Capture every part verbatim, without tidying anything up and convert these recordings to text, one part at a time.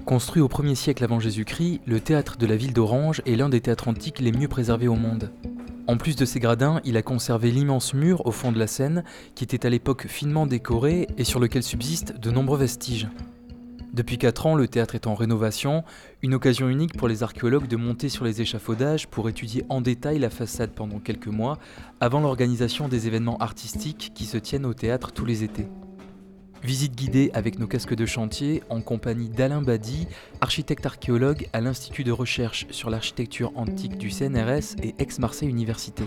Construit au premier siècle avant Jésus-Christ, le théâtre de la ville d'Orange est l'un des théâtres antiques les mieux préservés au monde. En plus de ses gradins, il a conservé l'immense mur au fond de la scène, qui était à l'époque finement décoré et sur lequel subsistent de nombreux vestiges. Depuis quatre ans, le théâtre est en rénovation, une occasion unique pour les archéologues de monter sur les échafaudages pour étudier en détail la façade pendant quelques mois, avant l'organisation des événements artistiques qui se tiennent au théâtre tous les étés. Visite guidée avec nos casques de chantier en compagnie d'Alain Badi, architecte archéologue à l'Institut de recherche sur l'architecture antique du C N R S et Aix-Marseille Université.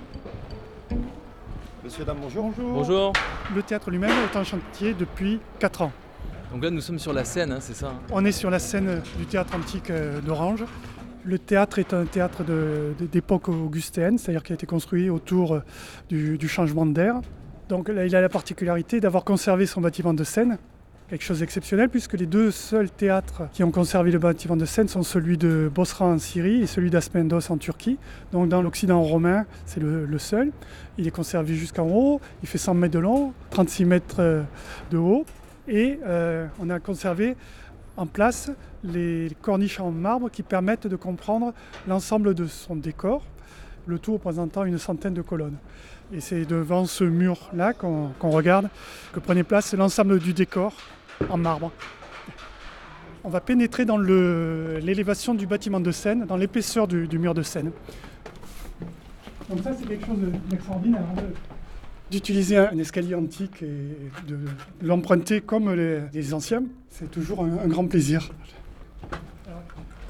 Monsieur, dame, bonjour. Bonjour. Bonjour. Le théâtre lui-même est en chantier depuis quatre ans. Donc là nous sommes sur la scène, hein, c'est ça hein? On est sur la scène du théâtre antique d'Orange. Le théâtre est un théâtre de, de, d'époque augustéenne, c'est-à-dire qu'il a été construit autour du, du changement d'ère. Donc là, il a la particularité d'avoir conservé son bâtiment de scène, quelque chose d'exceptionnel puisque les deux seuls théâtres qui ont conservé le bâtiment de scène sont celui de Bosra en Syrie et celui d'Aspendos en Turquie. Donc dans l'Occident romain, c'est le, le seul. Il est conservé jusqu'en haut, il fait cent mètres de long, trente-six mètres de haut et euh, on a conservé en place les corniches en marbre qui permettent de comprendre l'ensemble de son décor, le tout représentant une centaine de colonnes. Et c'est devant ce mur-là qu'on, qu'on regarde que prenait place l'ensemble du décor en marbre. On va pénétrer dans le, l'élévation du bâtiment de scène, dans l'épaisseur du, du mur de scène. Donc ça, c'est quelque chose d'extraordinaire, hein, de, d'utiliser un escalier antique et de l'emprunter comme les, les anciens. C'est toujours un, un grand plaisir. Alors,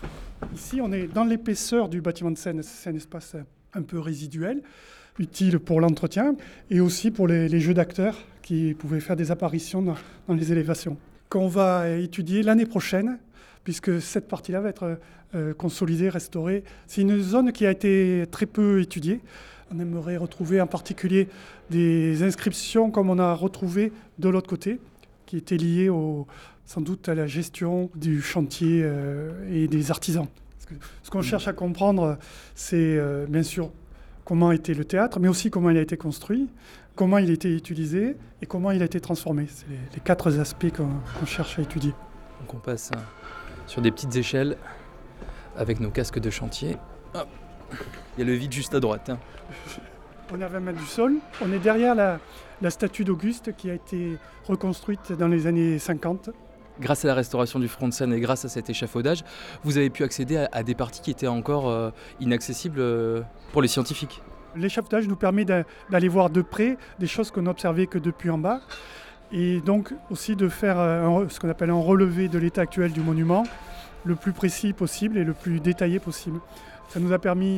ici, on est dans l'épaisseur du bâtiment de scène. C'est un espace un peu résiduel, utile pour l'entretien et aussi pour les, les jeux d'acteurs qui pouvaient faire des apparitions dans, dans les élévations. Qu'on va étudier l'année prochaine, puisque cette partie-là va être euh, consolidée, restaurée. C'est une zone qui a été très peu étudiée. On aimerait retrouver en particulier des inscriptions comme on a retrouvé de l'autre côté, qui étaient liées au, sans doute à la gestion du chantier euh, et des artisans. Parce que ce qu'on cherche à comprendre, c'est euh, bien sûr comment était le théâtre, mais aussi comment il a été construit, comment il a été utilisé et comment il a été transformé. C'est les, les quatre aspects qu'on, qu'on cherche à étudier. Donc on passe hein, sur des petites échelles avec nos casques de chantier. Hop. Il y a le vide juste à droite. Hein. On est à vingt mètres du sol. On est derrière la, la statue d'Auguste qui a été reconstruite dans les années cinquante. Grâce à la restauration du front de scène et grâce à cet échafaudage, vous avez pu accéder à, à des parties qui étaient encore euh, inaccessibles euh, pour les scientifiques. L'échafaudage nous permet de, d'aller voir de près des choses qu'on n'observait que depuis en bas et donc aussi de faire un, ce qu'on appelle un relevé de l'état actuel du monument le plus précis possible et le plus détaillé possible. Ça nous a permis,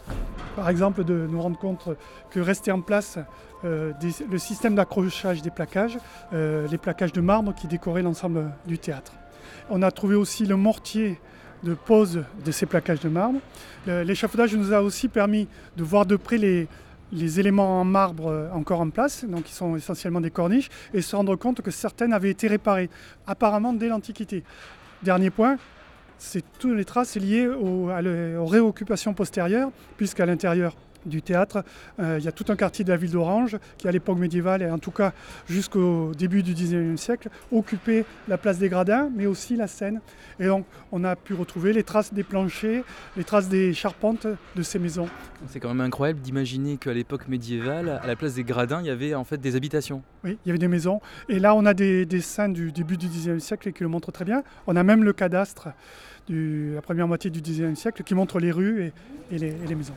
par exemple, de nous rendre compte que restait en place euh, des, le système d'accrochage des plaquages, euh, les plaquages de marbre qui décoraient l'ensemble du théâtre. On a trouvé aussi le mortier de pose de ces plaquages de marbre. Le, l'échafaudage nous a aussi permis de voir de près les, les éléments en marbre encore en place, donc qui sont essentiellement des corniches, et se rendre compte que certaines avaient été réparées, apparemment dès l'Antiquité. Dernier point, c'est toutes les traces liées au, à le, aux réoccupations postérieures, puisqu'à l'intérieur du théâtre, euh, il y a tout un quartier de la ville d'Orange qui, à l'époque médiévale, et en tout cas jusqu'au début du dix-neuvième siècle, occupait la place des Gradins, mais aussi la Seine. Et donc, on a pu retrouver les traces des planchers, les traces des charpentes de ces maisons. C'est quand même incroyable d'imaginer qu'à l'époque médiévale, à la place des Gradins, il y avait en fait des habitations. Oui, il y avait des maisons. Et là, on a des dessins du début du dix-neuvième siècle qui le montrent très bien. On a même le cadastre de la première moitié du dix-neuvième siècle qui montre les rues et, et, les, et les maisons.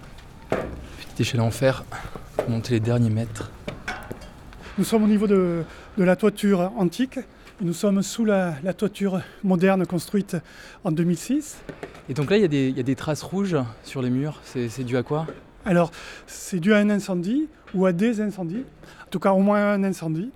Petite échelle en fer pour monter les derniers mètres. Nous sommes au niveau de, de la toiture antique. Et nous sommes sous la, la toiture moderne construite en deux mille six. Et donc là, il y a des, il y a des traces rouges sur les murs. C'est, c'est dû à quoi ? Alors, c'est dû à un incendie ou à des incendies. En tout cas, au moins un incendie.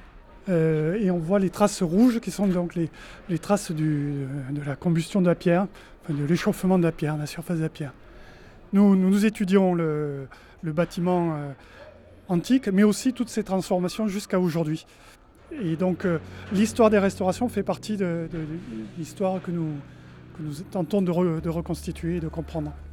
Euh, et on voit les traces rouges qui sont donc les, les traces du, de la combustion de la pierre, enfin de l'échauffement de la pierre, la surface de la pierre. Nous, nous, nous étudions le, le bâtiment euh, antique, mais aussi toutes ces transformations jusqu'à aujourd'hui. Et donc euh, l'histoire des restaurations fait partie de, de, de l'histoire que nous, que nous tentons de, re, de reconstituer et de comprendre.